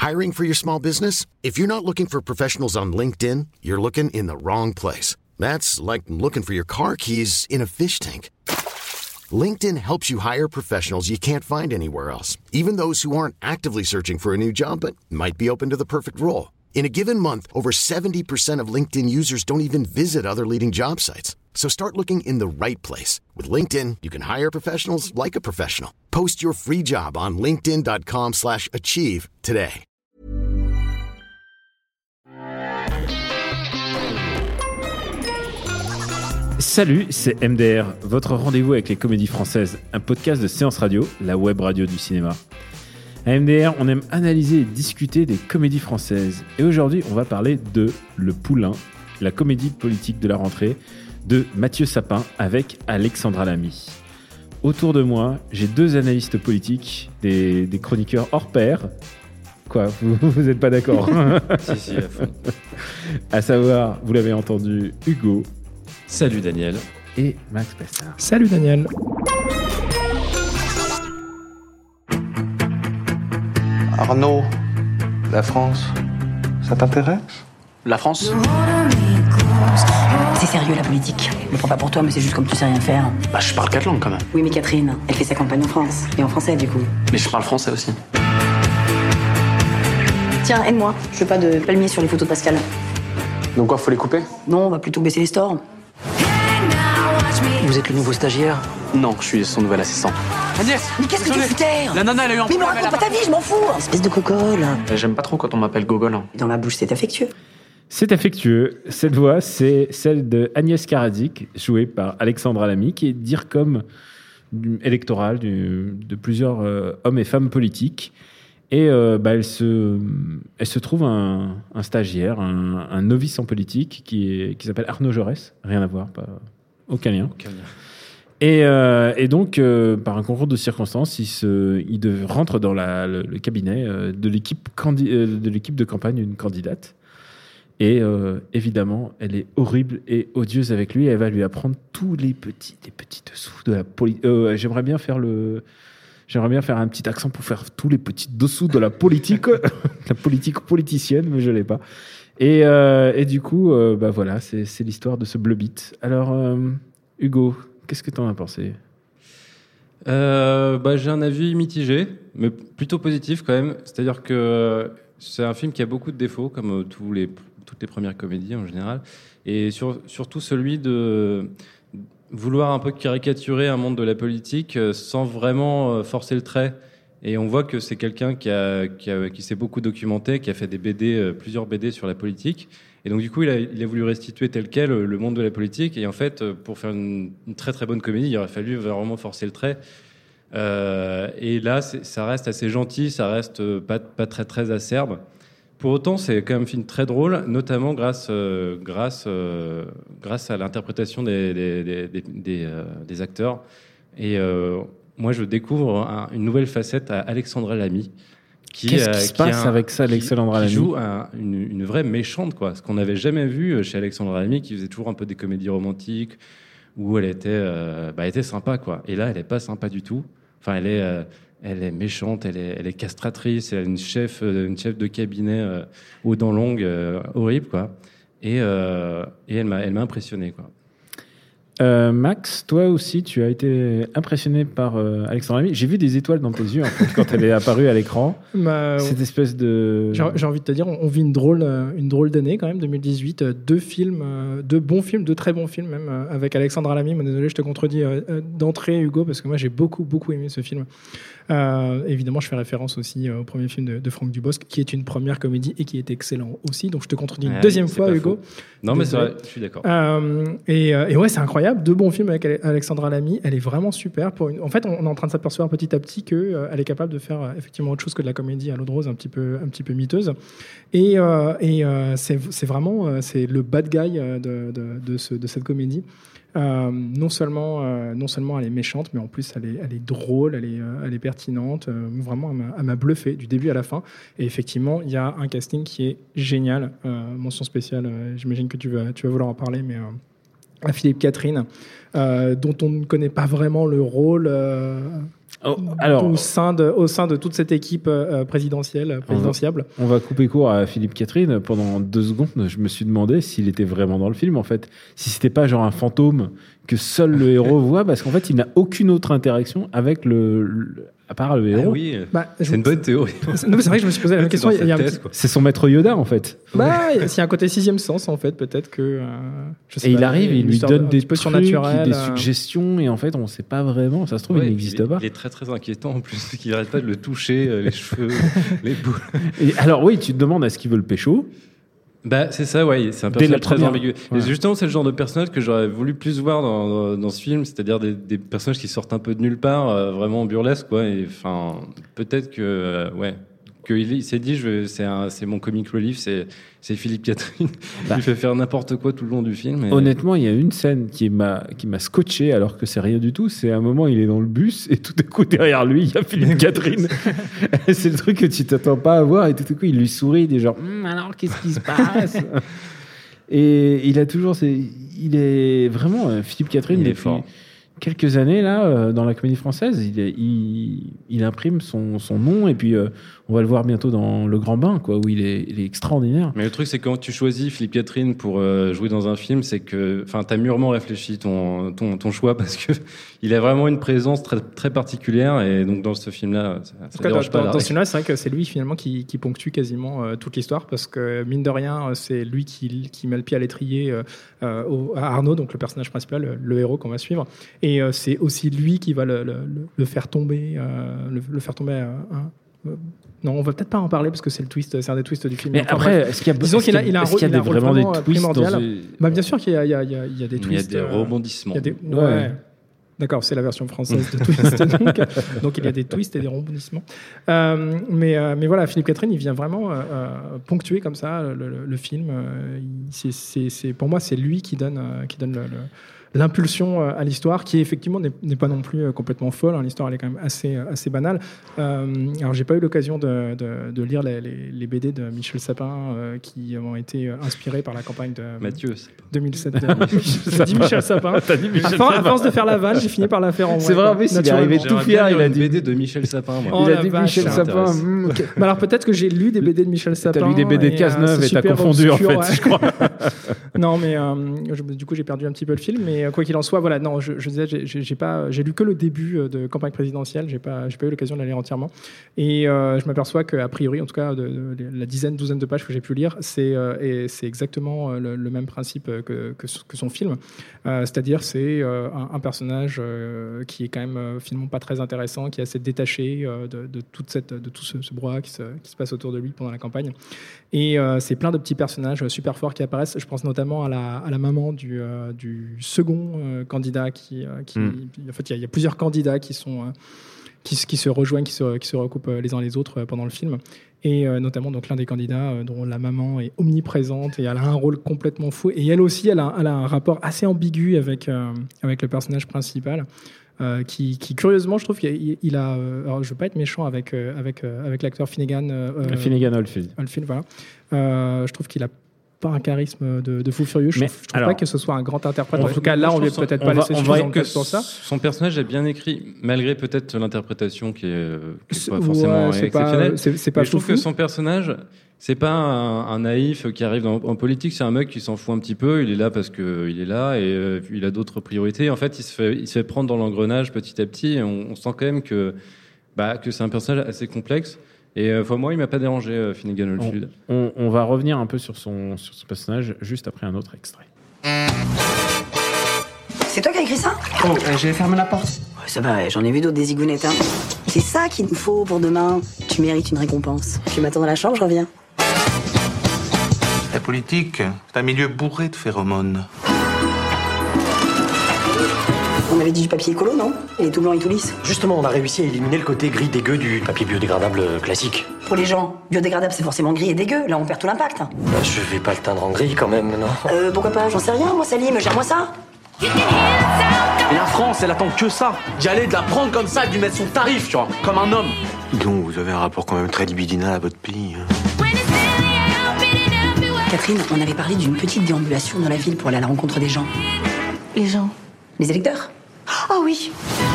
Hiring for your small business? If you're not looking for professionals on LinkedIn, you're looking in the wrong place. That's like looking for your car keys in a fish tank. LinkedIn helps you hire professionals you can't find anywhere else, even those who aren't actively searching for a new job but might be open to the perfect role. In a given month, over 70% of LinkedIn users don't even visit other leading job sites. So start looking in the right place. With LinkedIn, you can hire professionals like a professional. Post your free job on linkedin.com/achieve today. Salut, c'est MDR, votre rendez-vous avec les comédies françaises, un podcast de Séance Radio, la web radio du cinéma. À MDR, on aime analyser et discuter des comédies françaises. Et aujourd'hui, on va parler de Le Poulain, la comédie politique de la rentrée de Mathieu Sapin avec Alexandra Lamy. Autour de moi, j'ai deux analystes politiques, des chroniqueurs hors pair. Quoi, vous n'êtes pas d'accord? Si, à fond. À savoir, vous l'avez entendu, Hugo. Salut Daniel. Et Max Pessard. Salut Daniel. Arnaud, la France, ça t'intéresse? La France? C'est sérieux la politique. Je me prends pas pour toi, mais c'est juste comme tu sais rien faire. Bah, je parle 4 langues quand même. Oui, mais Catherine, elle fait sa campagne en France. Et en français, du coup. Mais je parle français aussi. Tiens, aide-moi. Je veux pas de palmiers sur les photos de Pascal. Donc quoi, faut les couper? Non, on va plutôt baisser les stores. Vous êtes le nouveau stagiaire? Non, je suis son nouvel assistant. Agnès! Mais qu'est-ce que tu fous terre? La nana, elle a eu un Mais me problème. raconte pas ta vie, je m'en fous. Espèce de cocole. J'aime pas trop quand on m'appelle Gogol. Dans ma bouche, c'est affectueux. C'est affectueux. Cette voix, c'est celle de Agnès Karadzic, jouée par Alexandra Lamy, qui est DIRCOM électorale de plusieurs hommes et femmes politiques. Et elle se trouve un stagiaire, un novice en politique qui s'appelle Arnaud Jaurès. Rien à voir, aucun lien. Et donc, par un concours de circonstances, il rentre dans le cabinet de l'équipe de campagne d'une candidate. Et évidemment, elle est horrible et odieuse avec lui. Elle va lui apprendre tous les petits dessous de la politique. J'aimerais bien faire un petit accent pour faire tous les petits dessous de la politique, la politique politicienne, mais je l'ai pas. Et du coup, voilà, c'est l'histoire de ce Bleu-Bit. Alors, Hugo, qu'est-ce que t'en as pensé? J'ai un avis mitigé, mais plutôt positif quand même. C'est-à-dire que c'est un film qui a beaucoup de défauts, comme toutes les premières comédies en général, et surtout celui de vouloir un peu caricaturer un monde de la politique sans vraiment forcer le trait. Et on voit que c'est quelqu'un qui s'est beaucoup documenté, qui a fait des BD, plusieurs BD sur la politique. Et donc du coup, il a voulu restituer tel quel le monde de la politique. Et en fait, pour faire une très très bonne comédie, il aurait fallu vraiment forcer le trait. Et là, ça reste assez gentil, ça reste pas très très acerbe. Pour autant, c'est quand même un film très drôle, notamment grâce à l'interprétation des acteurs. Et moi, je découvre une nouvelle facette à Alexandra Lamy. Qu'est-ce qui se passe avec ça, Alexandra Lamy? Qui joue une vraie méchante, quoi. Ce qu'on n'avait jamais vu chez Alexandra Lamy, qui faisait toujours un peu des comédies romantiques, où elle était sympa, quoi. Et là, elle n'est pas sympa du tout. Enfin, elle est méchante, elle est castratrice, elle est une chef de cabinet aux dents longues, horrible, quoi. Et elle m'a impressionné, quoi. Max, toi aussi, tu as été impressionné par Alexandra Lamy. J'ai vu des étoiles dans tes yeux en fait, quand elle est apparue à l'écran. Cette espèce de... J'ai envie de te dire, on vit une drôle d'année quand même, 2018. Deux bons films, deux très bons films même, avec Alexandra Lamy. Mais désolé, je te contredis d'entrée, Hugo, parce que moi j'ai beaucoup aimé ce film. Évidemment, je fais référence aussi au premier film de Franck Dubosc, qui est une première comédie et qui est excellent aussi. Donc je te contredis une deuxième fois, Hugo. Non, mais c'est vrai, je suis d'accord. Et ouais, c'est incroyable. Deux bons films avec Alexandra Lamy. Elle est vraiment super. En fait, on est en train de s'apercevoir petit à petit qu'elle est capable de faire effectivement autre chose que de la comédie à l'eau de rose, un petit peu miteuse. Et c'est vraiment c'est le bad guy de cette comédie. Non seulement elle est méchante, mais en plus elle est drôle, elle est pertinente. Vraiment, elle m'a bluffé du début à la fin. Et effectivement, il y a un casting qui est génial. Mention spéciale. J'imagine que tu vas vouloir en parler, mais à Philippe Catherine, dont on ne connaît pas vraiment le rôle au sein de toute cette équipe présidentielle. On va couper court à Philippe Catherine. Pendant 2 secondes, je me suis demandé s'il était vraiment dans le film, en fait. Si c'était pas genre un fantôme que seul le héros voit, parce qu'en fait, il n'a aucune autre interaction avec à part le héros. Ah oui, c'est une bonne théorie. Non, mais c'est vrai que je me suis posé la même question. C'est son maître Yoda, en fait. S'il y a un côté 6e sens, en fait, peut-être que. Il arrive, il lui donne des trucs, surnaturels, des suggestions, et en fait, on ne sait pas vraiment. Ça se trouve, il n'existe pas. Il est très très inquiétant en plus, qu'il n'arrête pas de le toucher, les cheveux, les boules. Et alors, oui, tu te demandes est-ce qu'il veut le pécho. C'est ça, ouais. C'est un personnage très ambigu. Ouais. Et justement, c'est le genre de personnage que j'aurais voulu plus voir dans ce film, c'est-à-dire des personnages qui sortent un peu de nulle part, vraiment burlesques, quoi. Et enfin, peut-être que, qu'il s'est dit, c'est mon comic relief, c'est Philippe Catherine. Il fait faire n'importe quoi tout le long du film. Honnêtement, il y a une scène qui m'a scotché, alors que c'est rien du tout. C'est un moment, il est dans le bus et tout à coup derrière lui, il y a Philippe Catherine. C'est le truc que tu t'attends pas à voir, et tout à coup il lui sourit, il est genre alors qu'est-ce qui se passe? Et il a toujours, il est vraiment Philippe Catherine. Il est fort. Quelques années là dans la comédie française, il imprime son nom, et puis on va le voir bientôt dans Le Grand Bain, quoi, où il est extraordinaire. Mais le truc, c'est que quand tu choisis Philippe Catherine pour jouer dans un film, c'est que t'as mûrement réfléchi ton choix, parce que il a vraiment une présence très très particulière, et donc dans ce film-là, ça dérange pas. Dans ce film-là, c'est vrai que c'est lui finalement qui ponctue quasiment toute l'histoire, parce que mine de rien, c'est lui qui met le pied à l'étrier à Arnaud, donc le personnage principal, le héros qu'on va suivre. Et c'est aussi lui qui va le faire tomber, non, on va peut-être pas en parler parce que c'est le twist, c'est un des twists du film. Mais après, est-ce qu'il y a vraiment des twists bien sûr qu'il y a des twists. Il y a des rebondissements. Ouais. D'accord, c'est la version française de twist, donc il y a des twists et des rebondissements. Mais voilà, Philippe Catherine, il vient vraiment ponctuer comme ça le film. Pour moi, c'est lui qui donne l'impulsion à l'histoire, qui effectivement n'est pas non plus complètement folle. L'histoire, elle est quand même assez banale. Alors, j'ai pas eu l'occasion de lire les BD de Michel Sapin qui ont été inspirés par la campagne de Mathieu 2007. J'ai dit Michel Sapin. T'as dit Michel Sapin. À force de faire la vanne, j'ai fini par la faire en vrai. C'est vrai, mais il est arrivé tout fier. Il a dit BD de Michel Sapin. Il a dit Michel Sapin. Mais alors peut-être que j'ai lu des BD de Michel Sapin. T'as lu des BD de Cazeneuve et t'as confondu en fait, je crois. Non, mais du coup j'ai perdu un petit peu le film, mais quoi qu'il en soit, voilà, non, je disais, j'ai lu que le début de campagne présidentielle, j'ai pas eu l'occasion de la lire entièrement, et je m'aperçois qu'a priori, en tout cas, de la douzaine de pages que j'ai pu lire, c'est exactement le même principe que son film, c'est-à-dire c'est un personnage qui est quand même finalement pas très intéressant, qui est assez détaché de tout ce brouhaha qui se passe autour de lui pendant la campagne, et c'est plein de petits personnages super forts qui apparaissent. Je pense notamment à la maman du second candidat en fait, il y a plusieurs candidats qui se rejoignent, qui se recoupent les uns les autres pendant le film, et notamment donc l'un des candidats dont la maman est omniprésente et elle a un rôle complètement fou, et elle aussi elle a un rapport assez ambigu avec le personnage principal. Qui curieusement, je trouve qu'il a. Alors, je veux pas être méchant avec l'acteur Finnegan Oldfield. Voilà. Je trouve qu'il a pas un charisme de fou furieux. Je trouve pas que ce soit un grand interprète. En tout cas, là, on lui a peut-être pas laissé suffisamment de place pour ça. Son personnage est bien écrit, malgré peut-être l'interprétation qui est pas forcément exceptionnelle. C'est pas. Mais je trouve que son personnage, c'est pas un naïf qui arrive en politique. C'est un mec qui s'en fout un petit peu. Il est là parce que il est là, et il a d'autres priorités. En fait, il se fait prendre dans l'engrenage petit à petit. Et on sent quand même que c'est un personnage assez complexe. Et moi, il m'a pas dérangé, Finnegan Oldfield. On va revenir un peu sur son personnage juste après un autre extrait. C'est toi qui as écrit ça? Oh, j'ai fermé la porte. Ouais, ça va, j'en ai vu d'autres des zigounettes. Hein. C'est ça qu'il nous faut pour demain. Tu mérites une récompense. Tu m'attends dans la chambre, je reviens. La politique, c'est un milieu bourré de phéromones. On avait dit du papier écolo, non? Et tout blanc et tout lisse. Justement, on a réussi à éliminer le côté gris dégueu du papier biodégradable classique. Pour les gens, biodégradable, c'est forcément gris et dégueu. Là, on perd tout l'impact. Je vais pas le teindre en gris quand même, non? Pourquoi pas? J'en sais rien, moi, Salim, gère-moi ça. Et la France, elle attend que ça. D'y aller, de la prendre comme ça, et de lui mettre son tarif, tu vois, comme un homme. Donc, vous avez un rapport quand même très libidinal à votre pays. Catherine, on avait parlé d'une petite déambulation dans la ville pour aller à la rencontre des gens. Les gens. Les électeurs. Ah oui.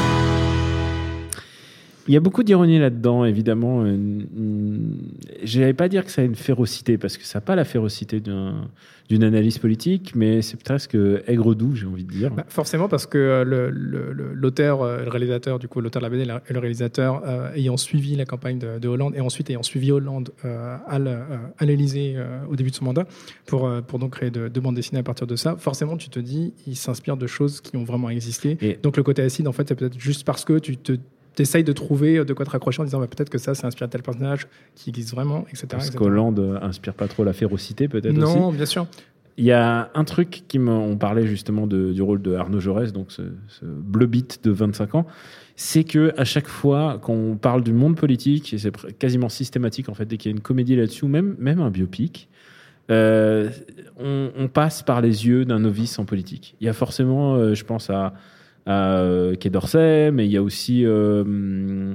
Il y a beaucoup d'ironie là-dedans, évidemment. Je n'allais pas dire que ça a une férocité, parce que ça n'a pas la férocité d'une analyse politique, mais c'est presque aigre-doux, j'ai envie de dire. Forcément, parce que l'auteur, le réalisateur, du coup, l'auteur de la BD et le réalisateur, ayant suivi la campagne de Hollande et ensuite ayant suivi Hollande à l'Élysée au début de son mandat, pour donc créer deux bandes dessinées à partir de ça, forcément, tu te dis, il s'inspire de choses qui ont vraiment existé. Et donc, le côté acide, en fait, c'est peut-être juste parce que tu essayes de trouver de quoi te raccrocher en disant peut-être que ça inspiré de tel personnage qui existe vraiment, etc. Parce qu'Hollande inspire pas trop la férocité, peut-être aussi. Non, bien sûr. Il y a un truc on parlait justement du rôle de Arnaud Jaurès, donc ce bleu bit de 25 ans, c'est que à chaque fois qu'on parle du monde politique, et c'est quasiment systématique en fait, dès qu'il y a une comédie là-dessus, ou même un biopic, on passe par les yeux d'un novice en politique. Il y a forcément, je pense à Quai d'Orsay, mais il y a aussi le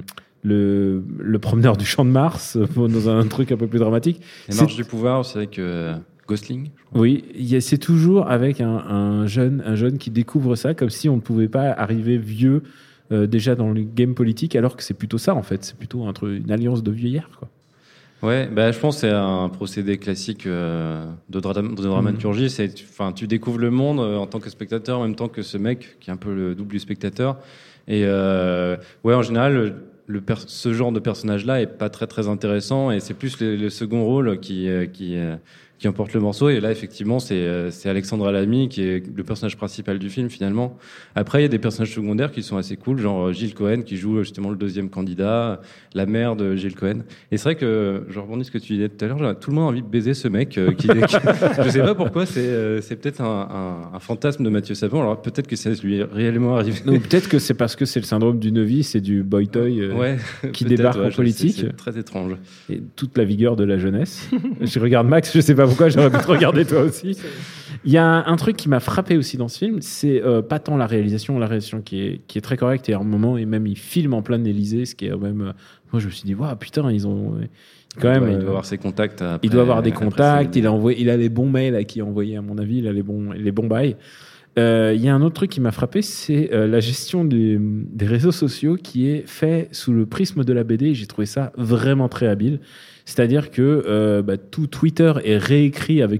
promeneur du Champ de Mars, dans un truc un peu plus dramatique. Les Marches du pouvoir, c'est avec Gosling. Oui, c'est toujours avec un jeune qui découvre ça, comme si on ne pouvait pas arriver vieux déjà dans le game politique, alors que c'est plutôt ça en fait, c'est plutôt une alliance de vieillards, quoi. Ouais, je pense que c'est un procédé classique de dramaturgie. Tu découvres le monde en tant que spectateur, en même temps que ce mec qui est un peu le double du spectateur. Et en général, ce genre de personnage-là est pas très très intéressant, et c'est plus le second rôle qui emporte le morceau. Et là, effectivement, c'est Alexandra Lamy qui est le personnage principal du film, finalement. Après, il y a des personnages secondaires qui sont assez cool, genre Gilles Cohen, qui joue justement le deuxième candidat, la mère de Gilles Cohen. Et c'est vrai que, je rebondis sur ce que tu disais tout à l'heure, tout le monde a envie de baiser ce mec. Je sais pas pourquoi, c'est peut-être un fantasme de Mathieu Sapin. Alors peut-être que ça lui est réellement arrivé. Ou peut-être que c'est parce que c'est le syndrome du novice et du boy toy qui débarque en politique. C'est très étrange. Et toute la vigueur de la jeunesse. Je regarde Max, je sais pas pourquoi, j'aurais pu te regarder toi aussi. Il y a un truc qui m'a frappé aussi dans ce film, c'est pas tant la réalisation qui est très correcte, et à un moment, et même il filme en plein Élysée, ce qui est même... Moi, je me suis dit, waouh, putain, ils ont... Quand même, il doit avoir ses contacts. Il doit avoir des contacts, il a les bons mails à qui envoyer, à mon avis, il a les bons bails. Il y a un autre truc qui m'a frappé, c'est la gestion des réseaux sociaux qui est fait sous le prisme de la BD. J'ai trouvé ça vraiment très habile. C'est-à-dire que tout Twitter est réécrit avec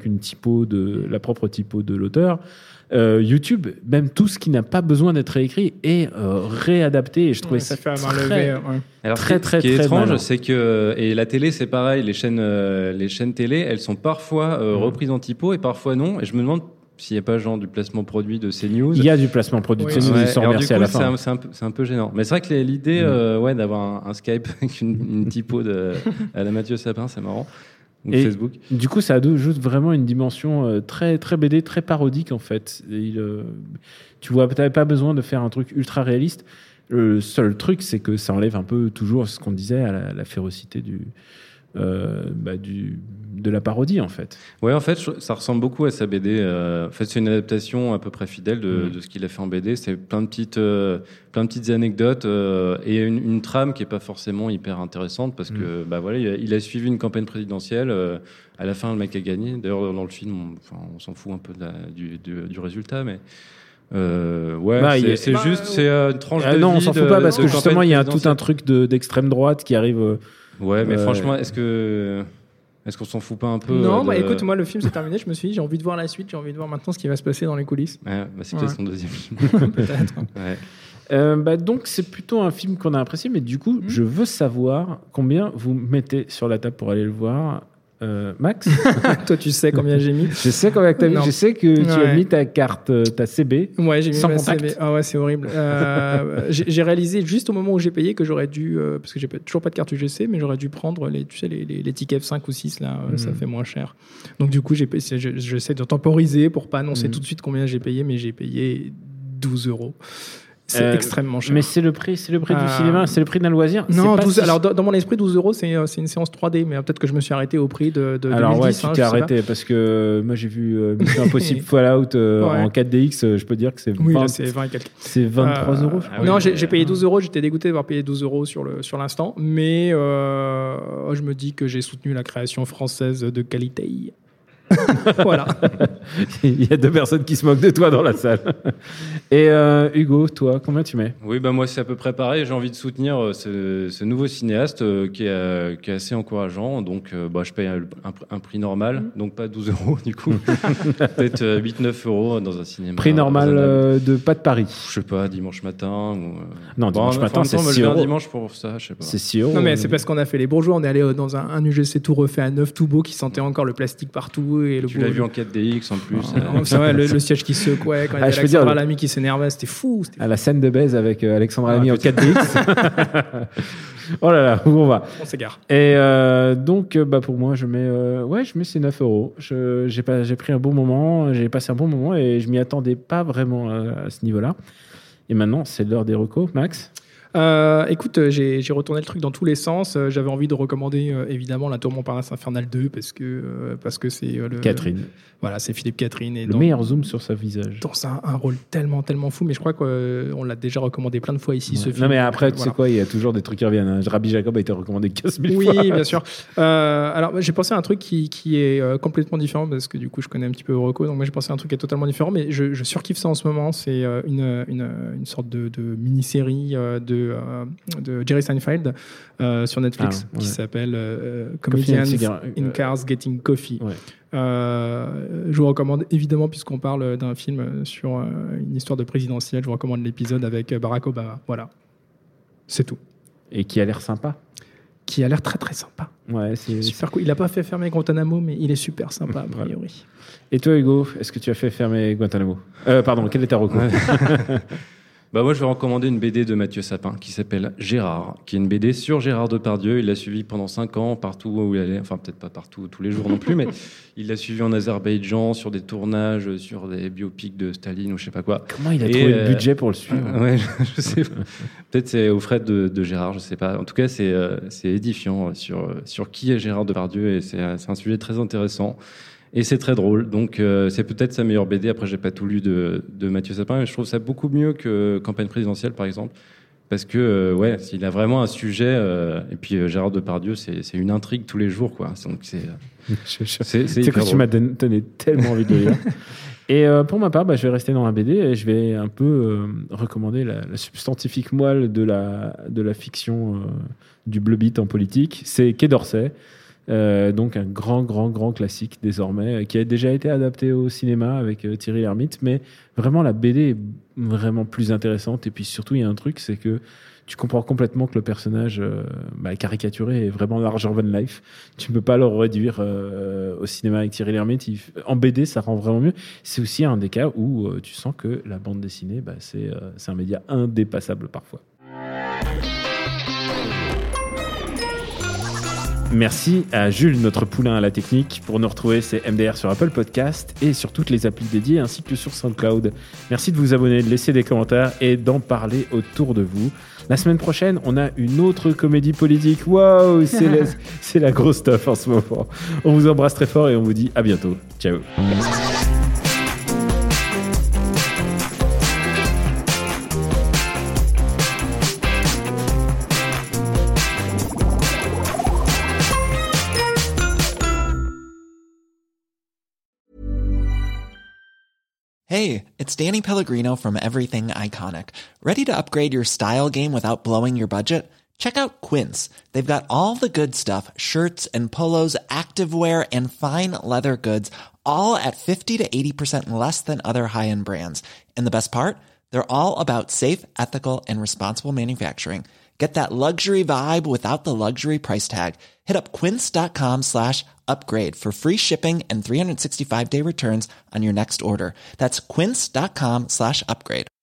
la propre typo de l'auteur. YouTube, même tout ce qui n'a pas besoin d'être réécrit est réadapté, et je trouvais ça très, Alors, très, très, ce qui est très étrange, malin. c'est que, et la télé, c'est pareil, les chaînes télé, elles sont parfois reprises en typo et parfois non, et je me demande s'il n'y a pas genre du placement produit de CNews. Il y a du placement produit de CNews, ils sont remerciés à la fin. C'est un peu gênant. Mais c'est vrai que l'idée d'avoir un Skype avec une typo à la Mathieu Sapin, c'est marrant. Ou et Facebook. Du coup, ça ajoute vraiment une dimension très, très BD, très parodique en fait. Tu vois, tu n'avais pas besoin de faire un truc ultra réaliste. Le seul truc, c'est que ça enlève un peu toujours ce qu'on disait à la férocité de la parodie en fait. Ouais, en fait, ça ressemble beaucoup à sa BD. En fait, c'est une adaptation à peu près fidèle de ce qu'il a fait en BD. C'est plein de petites anecdotes et une trame qui est pas forcément hyper intéressante parce que il a suivi une campagne présidentielle. À la fin, le mec a gagné. D'ailleurs, dans le film, on s'en fout un peu du résultat, mais. C'est une tranche de vie. Non, on s'en fout pas parce que justement, il y a tout un truc d'extrême droite qui arrive. Ouais, mais franchement, est-ce qu'on s'en fout pas un peu? Non, écoute, moi, le film s'est terminé. Je me suis dit, j'ai envie de voir la suite, j'ai envie de voir maintenant ce qui va se passer dans les coulisses. C'est peut-être son deuxième film. Peut-être. Ouais. Donc, c'est plutôt un film qu'on a apprécié, mais du coup, je veux savoir combien vous mettez sur la table pour aller le voir. Max? Toi, tu sais combien j'ai mis. Je sais combien t'as mis. Je sais que tu as mis ta carte, ta CB. Ouais, j'ai mis sans ma contact. CB. Ah ouais, c'est horrible. J'ai réalisé juste au moment où j'ai payé que j'aurais dû, parce que j'ai toujours pas de carte UGC, mais j'aurais dû prendre les tickets F5 ou 6 là, ça fait moins cher. Donc du coup, j'essaie de temporiser pour pas annoncer tout de suite combien j'ai payé, mais j'ai payé 12 €. C'est extrêmement cher. Mais c'est le prix du cinéma, c'est le prix d'un loisir. Non, alors dans mon esprit, 12 €, c'est une séance 3D, mais peut-être que je me suis arrêté au prix de 2010. Alors ouais, tu t'es arrêté parce que moi j'ai vu Mission Impossible Fallout en 4DX, je peux dire que c'est 20, c'est 20 et quelques. C'est 23 €. Non, j'ai payé 12 €, j'étais dégoûté d'avoir payé 12 € sur l'instant, mais je me dis que j'ai soutenu la création française de qualité. Voilà. Il y a 2 personnes qui se moquent de toi dans la salle. Et Hugo, toi, combien tu mets ? Oui, moi c'est à peu près pareil. J'ai envie de soutenir ce nouveau cinéaste qui est assez encourageant. Donc je paye un prix normal, donc pas 12 € du coup. Peut-être 8-9 € dans un cinéma. Prix normal de pas de Paris. Je sais pas, dimanche matin. Non, dimanche matin, c'est 6 €. Un dimanche pour ça, je sais pas. C'est 6 €. Non, mais c'est parce qu'on a fait les bourgeois. On est allé dans un UGC tout refait à neuf, tout beau, qui sentait encore le plastique partout. Et tu l'as vu en 4DX en plus. C'est vrai, le siège qui secouait quand il y avait Alexandra Lamy qui s'énervait, c'était fou. À la scène de baise avec Alexandra Lamy en 4DX. Oh là là, où on va ? On s'égare. Et donc, pour moi, je mets ces 9 €. J'ai pris un bon moment, j'ai passé un bon moment et je m'y attendais pas vraiment à ce niveau-là. Et maintenant, c'est l'heure des recos, Max. Écoute, j'ai retourné le truc dans tous les sens. J'avais envie de recommander évidemment La Tour Montparnasse Infernale 2 parce que c'est Catherine. Voilà, c'est Philippe Catherine. Et le meilleur zoom sur sa visage. Dans un rôle tellement fou, mais je crois qu'on l'a déjà recommandé plein de fois ici, ce film. Non, mais après, tu sais quoi, il y a toujours des trucs qui reviennent. Rabbi Jacob a été recommandé 15 000 fois. Oui, bien sûr. Alors, j'ai pensé à un truc qui est complètement différent parce que du coup, je connais un petit peu Rocco. Donc, moi, j'ai pensé à un truc qui est totalement différent, mais je surkiffe ça en ce moment. C'est une sorte de mini-série de Jerry Seinfeld sur Netflix qui s'appelle Comedians in Cars Getting Coffee. Ouais. Je vous recommande évidemment, puisqu'on parle d'un film sur une histoire de présidentielle, je vous recommande l'épisode avec Barack Obama. Voilà, c'est tout. Et qui a l'air sympa. Qui a l'air très très sympa. Ouais, c'est super cool. Il n'a pas fait fermer Guantanamo, mais il est super sympa a priori. Et toi, Hugo, est-ce que tu as fait fermer Guantanamo ? Pardon, quel est ta recours ? Moi, je vais recommander une BD de Mathieu Sapin qui s'appelle Gérard, qui est une BD sur Gérard Depardieu. Il l'a suivi pendant 5 ans, partout où il allait. Enfin, peut-être pas partout, tous les jours non plus, mais il l'a suivi en Azerbaïdjan, sur des tournages, sur des biopics de Staline ou je sais pas quoi. Comment il a trouvé le budget pour le suivre ? Ouais, je sais pas. Peut-être c'est aux frais de Gérard, je sais pas. En tout cas, c'est édifiant sur qui est Gérard Depardieu et c'est un sujet très intéressant. Et c'est très drôle, donc c'est peut-être sa meilleure BD. Après, j'ai pas tout lu de Mathieu Sapin, mais je trouve ça beaucoup mieux que Campagne présidentielle, par exemple, parce que il a vraiment un sujet. Et puis Gérard Depardieu, c'est une intrigue tous les jours, quoi. Donc c'est que tu m'as donné tellement envie de le lire. Et pour ma part, je vais rester dans la BD et je vais un peu recommander la substantifique moelle de la fiction du bleu-bit en politique. C'est Quai d'Orsay. Donc un grand classique désormais qui a déjà été adapté au cinéma avec Thierry Lhermitte, mais vraiment la BD est vraiment plus intéressante. Et puis surtout il y a un truc, c'est que tu comprends complètement que le personnage caricaturé est vraiment larger than life. Tu ne peux pas le réduire au cinéma avec Thierry Lhermitte. En BD ça rend vraiment mieux. C'est aussi un des cas où tu sens que la bande dessinée c'est un média indépassable parfois. Merci à Jules, notre poulain à la technique. Pour nous retrouver, c'est MDR sur Apple Podcast et sur toutes les applis dédiées ainsi que sur SoundCloud. Merci de vous abonner, de laisser des commentaires et d'en parler autour de vous. La semaine prochaine, on a une autre comédie politique. Waouh, c'est la grosse stuff en ce moment. On vous embrasse très fort et on vous dit à bientôt. Ciao. Hey, it's Danny Pellegrino from Everything Iconic. Ready to upgrade your style game without blowing your budget? Check out Quince. They've got all the good stuff, shirts and polos, activewear, and fine leather goods, all at 50 to 80% less than other high-end brands. And the best part? They're all about safe, ethical, and responsible manufacturing. Get that luxury vibe without the luxury price tag. Hit up quince.com/upgrade for free shipping and 365-day returns on your next order. That's quince.com/upgrade.